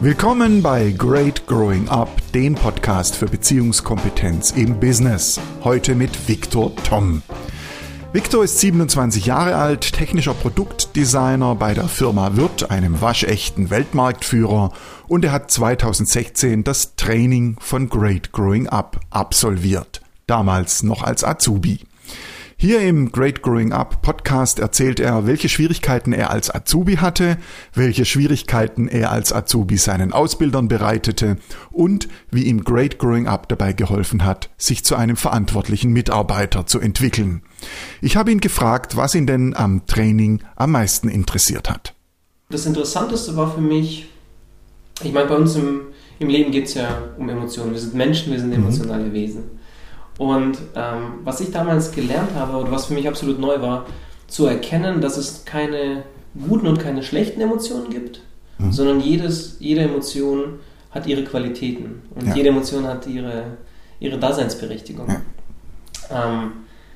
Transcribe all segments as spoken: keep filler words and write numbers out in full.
Willkommen bei Great Growing Up, dem Podcast für Beziehungskompetenz im Business. Heute mit Viktor Tom. Viktor ist siebenundzwanzig Jahre alt, technischer Produktdesigner bei der Firma Würth, einem waschechten Weltmarktführer, und er hat zweitausendsechzehn das Training von Great Growing Up absolviert, damals noch als Azubi. Hier im Great Growing Up Podcast erzählt er, welche Schwierigkeiten er als Azubi hatte, welche Schwierigkeiten er als Azubi seinen Ausbildern bereitete und wie ihm Great Growing Up dabei geholfen hat, sich zu einem verantwortlichen Mitarbeiter zu entwickeln. Ich habe ihn gefragt, was ihn denn am Training am meisten interessiert hat. Das Interessanteste war für mich, ich meine, bei uns im, im Leben geht es ja um Emotionen. Wir sind Menschen, wir sind emotionale mhm. Wesen. Und ähm, was ich damals gelernt habe, oder was für mich absolut neu war, zu erkennen, dass es keine guten und keine schlechten Emotionen gibt, mhm. sondern jedes, jede Emotion hat ihre Qualitäten und ja. jede Emotion hat ihre, ihre Daseinsberechtigung. Ja. Ähm,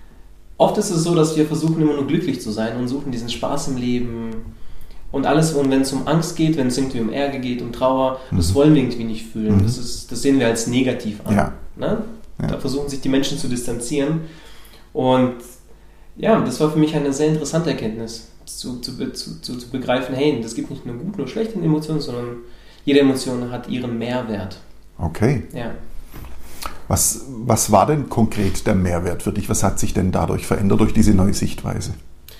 oft ist es so, dass wir versuchen immer nur glücklich zu sein und suchen diesen Spaß im Leben und alles, und wenn es um Angst geht, wenn es irgendwie um Ärger geht, um Trauer, mhm. das wollen wir irgendwie nicht fühlen. Mhm. Das ist, das sehen wir als negativ an. Ja. Ne? Ja. Da versuchen sich die Menschen zu distanzieren. Und ja, das war für mich eine sehr interessante Erkenntnis, zu, zu, zu, zu, zu begreifen, hey, es gibt nicht nur gute, nur schlechte Emotionen, sondern jede Emotion hat ihren Mehrwert. Okay. Ja. Was, was war denn konkret der Mehrwert für dich? Was hat sich denn dadurch verändert, durch diese neue Sichtweise?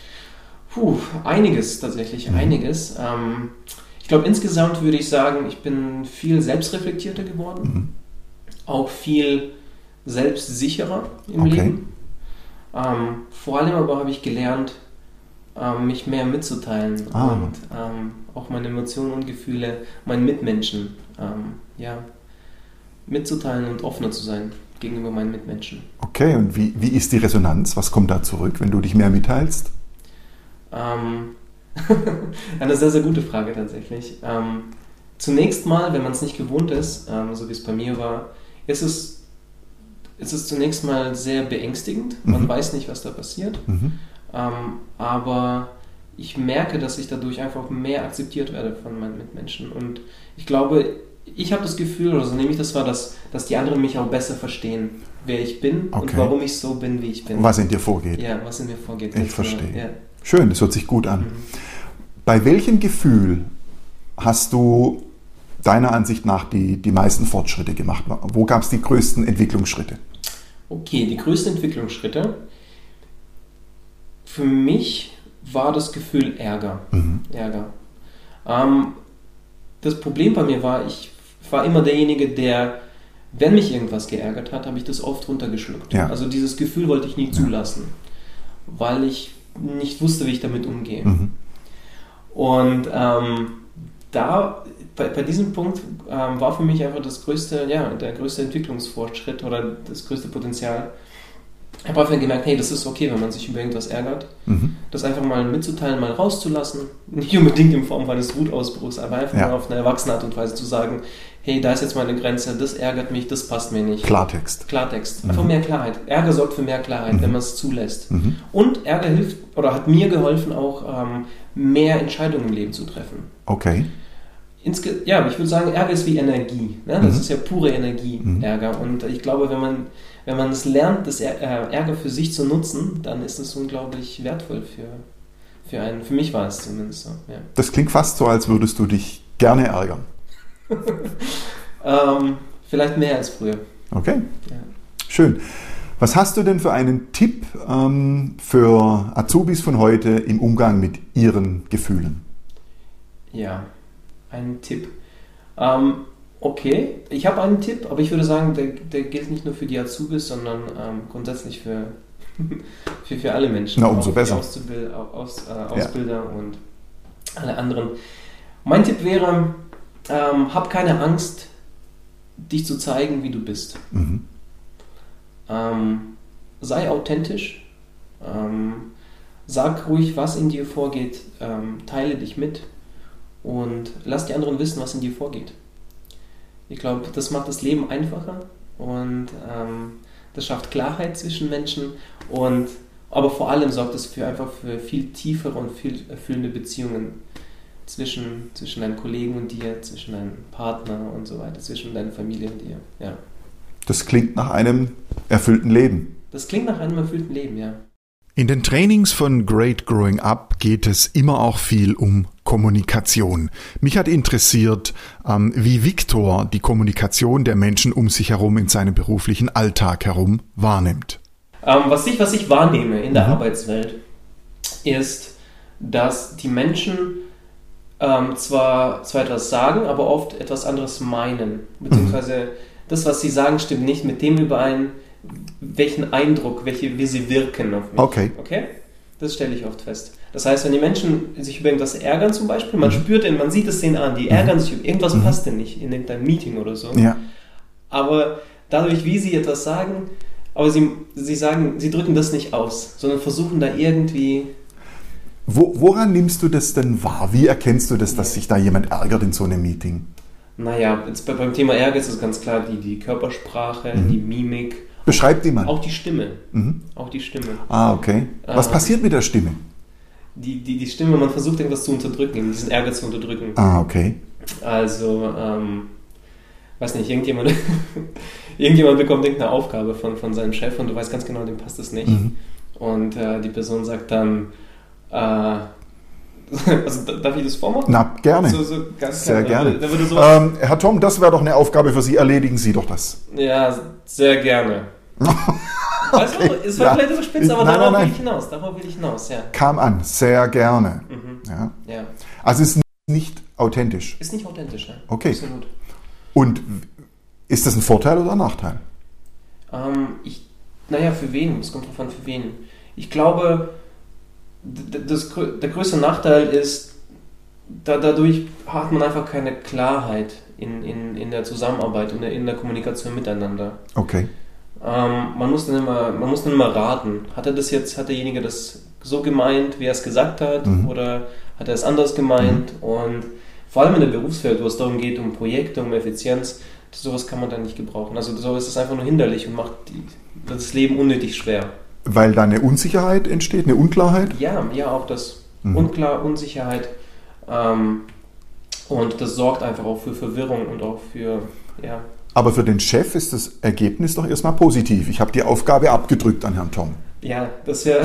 Puh, einiges tatsächlich, mhm. einiges. Ähm, ich glaube, insgesamt würde ich sagen, ich bin viel selbstreflektierter geworden. Mhm. Auch viel selbstsicherer im okay. Leben. Ähm, vor allem aber habe ich gelernt, ähm, mich mehr mitzuteilen ah. und ähm, auch meine Emotionen und Gefühle meinen Mitmenschen ähm, ja, mitzuteilen und offener zu sein gegenüber meinen Mitmenschen. Okay, und wie, wie ist die Resonanz? Was kommt da zurück, wenn du dich mehr mitteilst? Ähm, eine sehr, sehr gute Frage tatsächlich. Ähm, zunächst mal, wenn man es nicht gewohnt ist, ähm, so wie es bei mir war, ist es Es ist zunächst mal sehr beängstigend. Man mhm. weiß nicht, was da passiert. Mhm. Ähm, aber ich merke, dass ich dadurch einfach mehr akzeptiert werde von meinen Mitmenschen. Und ich glaube, ich habe das Gefühl, oder so nehme ich das wahr, dass, dass die anderen mich auch besser verstehen, wer ich bin okay. und warum ich so bin, wie ich bin. Was in dir vorgeht. Ja, was in mir vorgeht. Ich verstehe. Ja. Schön, das hört sich gut an. Mhm. Bei welchem Gefühl hast du deiner Ansicht nach die, die meisten Fortschritte gemacht? Wo gab es die größten Entwicklungsschritte? Okay, die größten Entwicklungsschritte. Für mich war das Gefühl Ärger. Mhm. Ärger. Ähm, das Problem bei mir war, ich war immer derjenige, der, wenn mich irgendwas geärgert hat, habe ich das oft runtergeschluckt. Ja. Also dieses Gefühl wollte ich nie zulassen, ja. weil ich nicht wusste, wie ich damit umgehe. Mhm. Und ähm, da Bei, bei diesem Punkt ähm, war für mich einfach das größte, ja, der größte Entwicklungsfortschritt oder das größte Potenzial. Ich habe einfach gemerkt, hey, das ist okay, wenn man sich über irgendwas ärgert. Mhm. Das einfach mal mitzuteilen, mal rauszulassen. Nicht unbedingt in Form eines Wutausbruchs, aber einfach ja. mal auf eine erwachsene Art und Weise zu sagen, hey, da ist jetzt meine Grenze, das ärgert mich, das passt mir nicht. Klartext. Klartext. Mhm. Einfach mehr Klarheit. Ärger sorgt für mehr Klarheit, mhm. wenn man es zulässt. Mhm. Und Ärger hilft, oder hat mir geholfen, auch ähm, mehr Entscheidungen im Leben zu treffen. Okay. Insge- ja, ich würde sagen, Ärger ist wie Energie. Ne? Das mhm. ist ja pure Energie, mhm. Ärger. Und ich glaube, wenn man, wenn man es lernt, das Ärger für sich zu nutzen, dann ist es unglaublich wertvoll für, für einen. Für mich war es zumindest so. Ja. Das klingt fast so, als würdest du dich gerne ärgern. ähm, vielleicht mehr als früher. Okay, ja. Schön. Was hast du denn für einen Tipp ähm, für Azubis von heute im Umgang mit ihren Gefühlen? Ja, einen Tipp. Ähm, okay, ich habe einen Tipp, aber ich würde sagen, der, der gilt nicht nur für die Azubis, sondern ähm, grundsätzlich für, für, für alle Menschen. Na, umso besser. Auszubild, Aus, äh, Ausbilder ja. und alle anderen. Mein Tipp wäre, ähm, hab keine Angst, dich zu zeigen, wie du bist. Mhm. Ähm, sei authentisch. Ähm, sag ruhig, was in dir vorgeht. Ähm, teile dich mit. Und lass die anderen wissen, was in dir vorgeht. Ich glaube, das macht das Leben einfacher und ähm, das schafft Klarheit zwischen Menschen und aber vor allem sorgt es für einfach für viel tiefere und viel erfüllende Beziehungen zwischen, zwischen deinen Kollegen und dir, zwischen deinem Partner und so weiter, zwischen deiner Familie und dir. Ja. Das klingt nach einem erfüllten Leben. Das klingt nach einem erfüllten Leben, ja. In den Trainings von Great Growing Up geht es immer auch viel um Kommunikation. Mich hat interessiert, ähm, wie Viktor die Kommunikation der Menschen um sich herum in seinem beruflichen Alltag herum wahrnimmt. Ähm, was, ich, was ich wahrnehme in der Mhm. Arbeitswelt, ist, dass die Menschen ähm, zwar, zwar etwas sagen, aber oft etwas anderes meinen. Beziehungsweise das, was sie sagen, stimmt nicht mit dem überein, welchen Eindruck, welche, wie sie wirken auf mich. Okay. Okay? Das stelle ich oft fest. Das heißt, wenn die Menschen sich über irgendwas ärgern zum Beispiel, man mhm. spürt den, man sieht es denen an, die ärgern sich, irgendwas mhm. passt denn nicht in irgendeinem Meeting oder so. Ja. Aber dadurch, wie sie etwas sagen, aber sie, sie sagen, sie drücken das nicht aus, sondern versuchen da irgendwie... Wo, woran nimmst du das denn wahr? Wie erkennst du das, dass sich da jemand ärgert in so einem Meeting? Naja, jetzt bei, beim Thema Ärger ist es ganz klar die, die Körpersprache, mhm. die Mimik. Beschreib die mal. Auch die Stimme. Mhm. Auch die Stimme. Ah, okay. Was äh, passiert mit der Stimme? Die, die, die Stimme, man versucht irgendwas zu unterdrücken, diesen Ärger zu unterdrücken. Ah, okay. Also, ähm, weiß nicht, irgendjemand, irgendjemand bekommt irgendeine Aufgabe von, von seinem Chef und du weißt ganz genau, dem passt das nicht. Mhm. Und äh, die Person sagt dann, äh, also darf ich das vormachen? Na, gerne. So, so ganz sehr klar, gerne. Da würde so ähm, Herr Tom, das wäre doch eine Aufgabe für Sie. Erledigen Sie doch das. Ja, sehr gerne. Weißt du, es war ja. vielleicht überspitzt, aber nein, darauf nein, will nein. ich hinaus. Darauf will ich hinaus, ja. Kam an, sehr gerne. Mhm. Ja. Ja. Also es ist nicht authentisch. Ist nicht authentisch, ja. Okay. Absolut. Und ist das ein Vorteil oder ein Nachteil? Ähm, ich, naja, für wen? Es kommt drauf an, für wen. Ich glaube, das, der größte Nachteil ist, da, dadurch hat man einfach keine Klarheit in, in, in der Zusammenarbeit und in der Kommunikation miteinander. Okay. Ähm, man muss dann immer, man muss dann immer raten. Hat er das jetzt, hat derjenige das so gemeint, wie er es gesagt hat, mhm. oder hat er es anders gemeint? Mhm. Und vor allem in der Berufswelt, wo es darum geht, um Projekte, um Effizienz, sowas kann man dann nicht gebrauchen. Also sowas ist einfach nur hinderlich und macht die, das Leben unnötig schwer. Weil da eine Unsicherheit entsteht, eine Unklarheit? Ja, ja, auch das. Mhm. Unklar, Unsicherheit. Ähm, und das sorgt einfach auch für Verwirrung und auch für, ja. Aber für den Chef ist das Ergebnis doch erstmal positiv. Ich habe die Aufgabe abgedrückt an Herrn Tom. Ja, das wäre...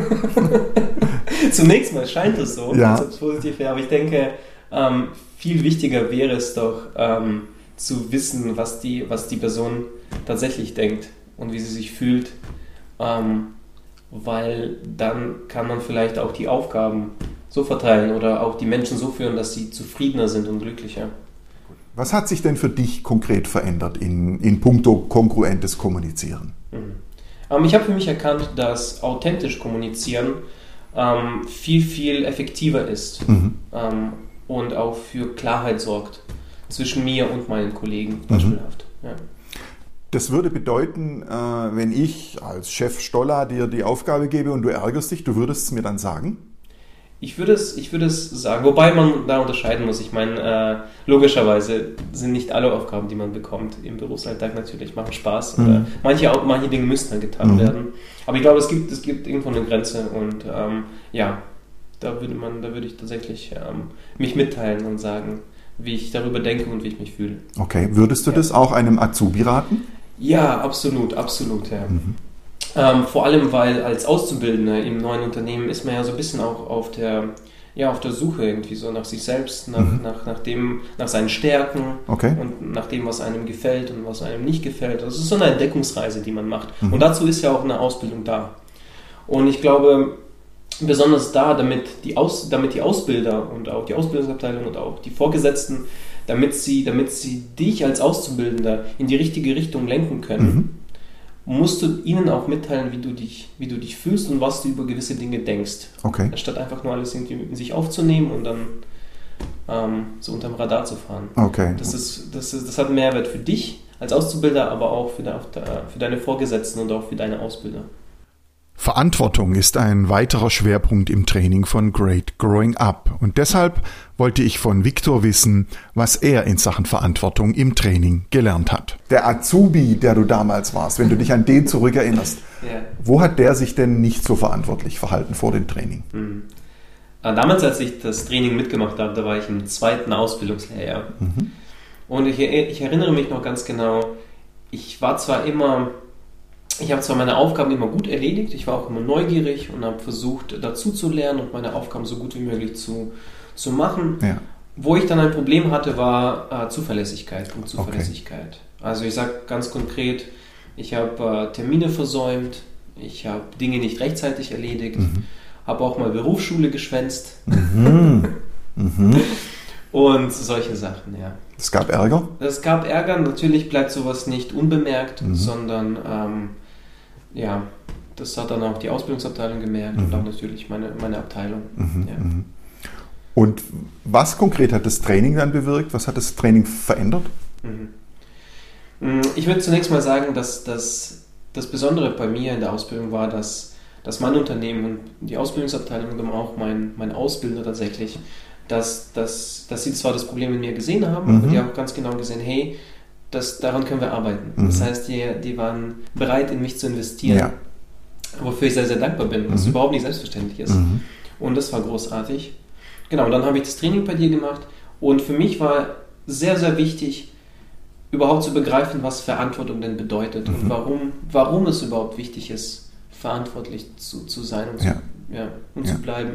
Zunächst mal scheint es so, ja. dass es positiv wäre. Aber ich denke, ähm, viel wichtiger wäre es doch, ähm, zu wissen, was die, was die Person tatsächlich denkt und wie sie sich fühlt. Ähm, weil dann kann man vielleicht auch die Aufgaben so verteilen oder auch die Menschen so führen, dass sie zufriedener sind und glücklicher. Was hat sich denn für dich konkret verändert in, in puncto kongruentes Kommunizieren? Mhm. Ähm, ich habe für mich erkannt, dass authentisch kommunizieren ähm, viel, viel effektiver ist mhm. ähm, und auch für Klarheit sorgt zwischen mir und meinen Kollegen beispielhaft. Mhm. Ja. Das würde bedeuten, äh, wenn ich als Chef Stoller dir die Aufgabe gebe und du ärgerst dich, du würdest es mir dann sagen? Ich würde es, ich würde es sagen, wobei man da unterscheiden muss. Ich meine, äh, logischerweise sind nicht alle Aufgaben, die man bekommt im Berufsalltag natürlich, machen Spaß. Mhm. Oder manche, manche Dinge müssen dann getan mhm. werden. Aber ich glaube, es gibt, es gibt irgendwo eine Grenze und ähm, ja, da würde man, da würde ich tatsächlich ähm, mich mitteilen und sagen, wie ich darüber denke und wie ich mich fühle. Okay, würdest du ja. das auch einem Azubi raten? Ja, absolut, absolut, ja. Mhm. Ähm, vor allem, weil als Auszubildender im neuen Unternehmen ist man ja so ein bisschen auch auf der, ja, auf der Suche irgendwie so nach sich selbst, nach, mhm. nach, nach, dem, nach seinen Stärken okay. und nach dem, was einem gefällt und was einem nicht gefällt. Also es ist so eine Entdeckungsreise, die man macht. Mhm. Und dazu ist ja auch eine Ausbildung da. Und ich glaube, besonders da, damit die, Aus, damit die Ausbilder und auch die Ausbildungsabteilung und auch die Vorgesetzten, damit sie, damit sie dich als Auszubildender in die richtige Richtung lenken können, mhm. musst du ihnen auch mitteilen, wie du dich, wie du dich fühlst und was du über gewisse Dinge denkst. Okay. Anstatt einfach nur alles irgendwie in sich aufzunehmen und dann ähm, so unterm Radar zu fahren. Okay. Das, ist, das, ist, das hat einen Mehrwert für dich als Auszubildender, aber auch für, de, für deine Vorgesetzten und auch für deine Ausbilder. Verantwortung ist ein weiterer Schwerpunkt im Training von Great Growing Up. Und deshalb wollte ich von Viktor wissen, was er in Sachen Verantwortung im Training gelernt hat. Der Azubi, der du damals warst, wenn du dich an den zurückerinnerst, ja. wo hat der sich denn nicht so verantwortlich verhalten vor dem Training? Mhm. damals, als ich das Training mitgemacht habe, da war ich im zweiten Ausbildungslehrjahr. Mhm. Und ich, ich erinnere mich noch ganz genau, ich war zwar immer, ich habe zwar meine Aufgaben immer gut erledigt, ich war auch immer neugierig und habe versucht, dazu zu lernen und meine Aufgaben so gut wie möglich zu, zu machen. Ja. Wo ich dann ein Problem hatte, war äh, Zuverlässigkeit und Zuverlässigkeit. Okay. Also ich sage ganz konkret, ich habe äh, Termine versäumt, ich habe Dinge nicht rechtzeitig erledigt, mhm. habe auch mal Berufsschule geschwänzt mhm. mhm. und solche Sachen, ja. Es gab Ärger? Es gab Ärger, natürlich bleibt sowas nicht unbemerkt, mhm. sondern ähm, ja, das hat dann auch die Ausbildungsabteilung gemerkt mhm. und auch natürlich meine, meine Abteilung. Mhm. Ja. Mhm. Und was konkret hat das Training dann bewirkt? Was hat das Training verändert? Mhm. Ich würde zunächst mal sagen, dass das, das Besondere bei mir in der Ausbildung war, dass, dass mein Unternehmen und die Ausbildungsabteilung und auch mein, mein Ausbilder tatsächlich, dass, dass, dass sie zwar das Problem in mir gesehen haben, mhm. aber die haben auch ganz genau gesehen, hey, das, daran können wir arbeiten. Mhm. Das heißt, die, die waren bereit, in mich zu investieren, ja. wofür ich sehr, sehr dankbar bin, was mhm. überhaupt nicht selbstverständlich ist. Mhm. Und das war großartig. Genau, und dann habe ich das Training bei dir gemacht und für mich war sehr, sehr wichtig, überhaupt zu begreifen, was Verantwortung denn bedeutet mhm. und warum, warum es überhaupt wichtig ist, verantwortlich zu, zu sein und, ja. zu, ja, und ja. zu bleiben.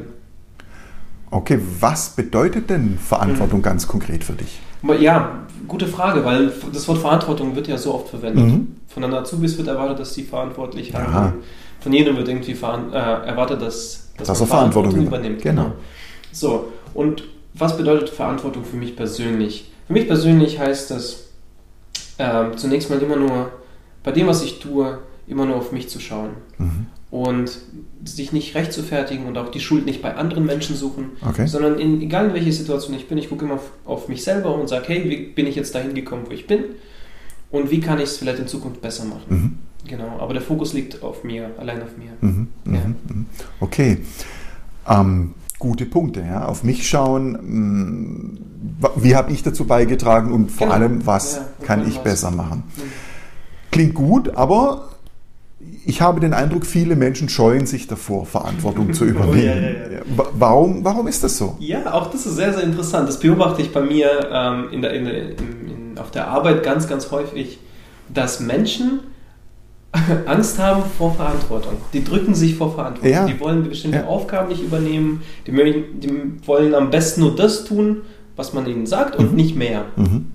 Okay, was bedeutet denn Verantwortung mhm. ganz konkret für dich? Ja, gute Frage, weil das Wort Verantwortung wird ja so oft verwendet. Mhm. Von den Azubis wird erwartet, dass sie verantwortlich handeln. Ja. Von jedem wird irgendwie veran- äh, erwartet, dass, dass, dass man er Verantwortung, Verantwortung übernimmt. Genau. So, und was bedeutet Verantwortung für mich persönlich? Für mich persönlich heißt das, äh, zunächst mal immer nur, bei dem, was ich tue, immer nur auf mich zu schauen. Mhm. Und sich nicht rechtfertigen und auch die Schuld nicht bei anderen Menschen suchen, okay. sondern in, egal in welcher Situation ich bin, ich gucke immer auf, auf mich selber und sage, hey, wie bin ich jetzt dahin gekommen, wo ich bin und wie kann ich es vielleicht in Zukunft besser machen. Mhm. Genau, aber der Fokus liegt auf mir, allein auf mir. Mhm. Ja. Mhm. Okay, ähm, gute Punkte, ja. Auf mich schauen, wie habe ich dazu beigetragen und vor genau. allem, was ja, kann ich was. besser machen. Mhm. Klingt gut, aber ich habe den Eindruck, viele Menschen scheuen sich davor, Verantwortung zu übernehmen. Oh, ja, ja, ja. Warum, warum ist das so? Ja, auch das ist sehr, sehr interessant. Das beobachte ich bei mir ähm, in der, in der, in, in, auf der Arbeit ganz, ganz häufig, dass Menschen Angst haben vor Verantwortung. Die drücken sich vor Verantwortung. Ja. Die wollen bestimmte ja. Aufgaben nicht übernehmen. Die, die wollen am besten nur das tun, was man ihnen sagt und mhm. nicht mehr. Mhm.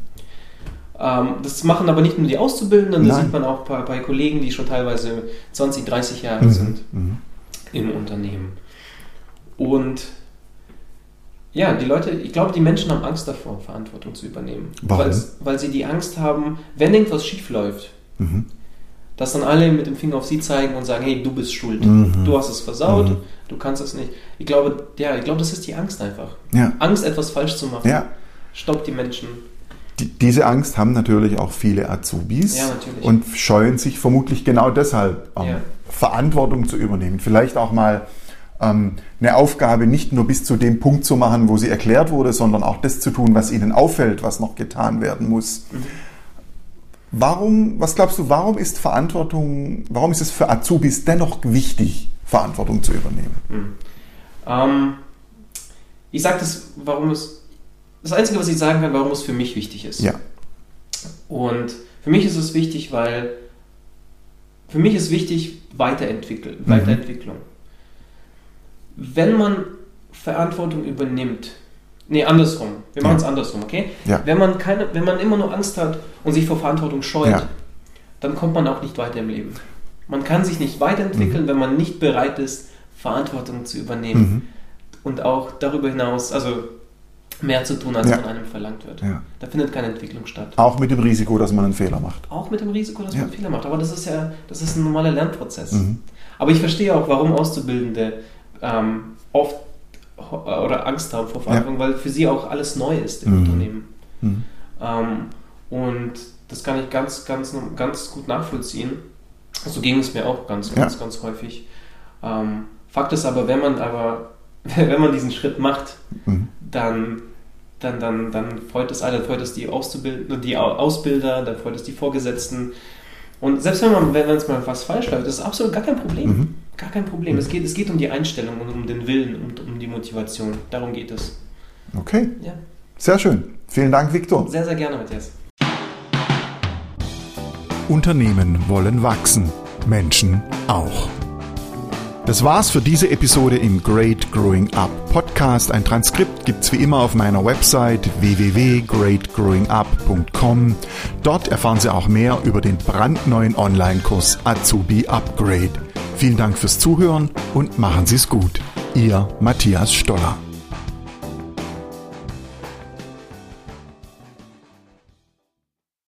Das machen aber nicht nur die Auszubildenden, das Nein. sieht man auch bei, bei Kollegen, die schon teilweise zwanzig, dreißig Jahre mhm. sind mhm. im Unternehmen. Und ja, die Leute, ich glaube, die Menschen haben Angst davor, Verantwortung zu übernehmen. Warum? Weil, weil sie die Angst haben, wenn irgendwas schief läuft, mhm. dass dann alle mit dem Finger auf sie zeigen und sagen, hey, du bist schuld, mhm. du hast es versaut, mhm. du kannst es nicht. Ich glaube, ja, ich glaube, das ist die Angst einfach. Ja. Angst, etwas falsch zu machen, ja. stoppt die Menschen. Die, diese Angst haben natürlich auch viele Azubis ja, natürlich. und scheuen sich vermutlich genau deshalb, ähm, ja. Verantwortung zu übernehmen. Vielleicht auch mal ähm, eine Aufgabe nicht nur bis zu dem Punkt zu machen, wo sie erklärt wurde, sondern auch das zu tun, was ihnen auffällt, was noch getan werden muss. Mhm. Warum, was glaubst du, warum ist Verantwortung, warum ist es für Azubis dennoch wichtig, Verantwortung zu übernehmen? Mhm. Ähm, ich sage das, warum es Das Einzige, was ich sagen kann, warum es für mich wichtig ist. Ja. Und für mich ist es wichtig, weil für mich ist wichtig Weiterentwickeln, mhm. Weiterentwicklung. Wenn man Verantwortung übernimmt, nee, andersrum, wir machen es ja. andersrum, okay? Ja. Wenn man keine, wenn man immer nur Angst hat und sich vor Verantwortung scheut, ja. dann kommt man auch nicht weiter im Leben. Man kann sich nicht weiterentwickeln, mhm. wenn man nicht bereit ist, Verantwortung zu übernehmen. Mhm. Und auch darüber hinaus, also mehr zu tun, als ja. von einem verlangt wird. Ja. Da findet keine Entwicklung statt. Auch mit dem Risiko, dass man einen Fehler macht. Auch mit dem Risiko, dass ja. man einen Fehler macht. Aber das ist ja, das ist ein normaler Lernprozess. Mhm. Aber ich verstehe auch, warum Auszubildende ähm, oft oder Angst haben vor Verantwortung, ja. weil für sie auch alles neu ist im mhm. Unternehmen. Mhm. Ähm, und das kann ich ganz, ganz, ganz gut nachvollziehen. So ging es mir auch ganz, ganz, ja. ganz häufig. Ähm, Fakt ist aber, wenn man aber wenn man diesen Schritt macht, mhm. dann, dann, dann, dann freut es alle, dann freut es die, Auszubildenden, die Ausbilder, dann freut es die Vorgesetzten. Und selbst wenn man, wenn es mal was falsch läuft, das ist absolut gar kein Problem. Mhm. Gar kein Problem. Mhm. Es geht, es geht um die Einstellung und um den Willen und um die Motivation. Darum geht es. Okay. Ja. Sehr schön. Vielen Dank, Viktor. Sehr, sehr gerne, Matthias. Unternehmen wollen wachsen, Menschen auch. Das war's für diese Episode im Great Growing Up Podcast. Ein Transkript gibt's wie immer auf meiner Website w w w punkt great growing up punkt com. Dort erfahren Sie auch mehr über den brandneuen Online-Kurs Azubi Upgrade. Vielen Dank fürs Zuhören und machen Sie's gut. Ihr Matthias Stoller.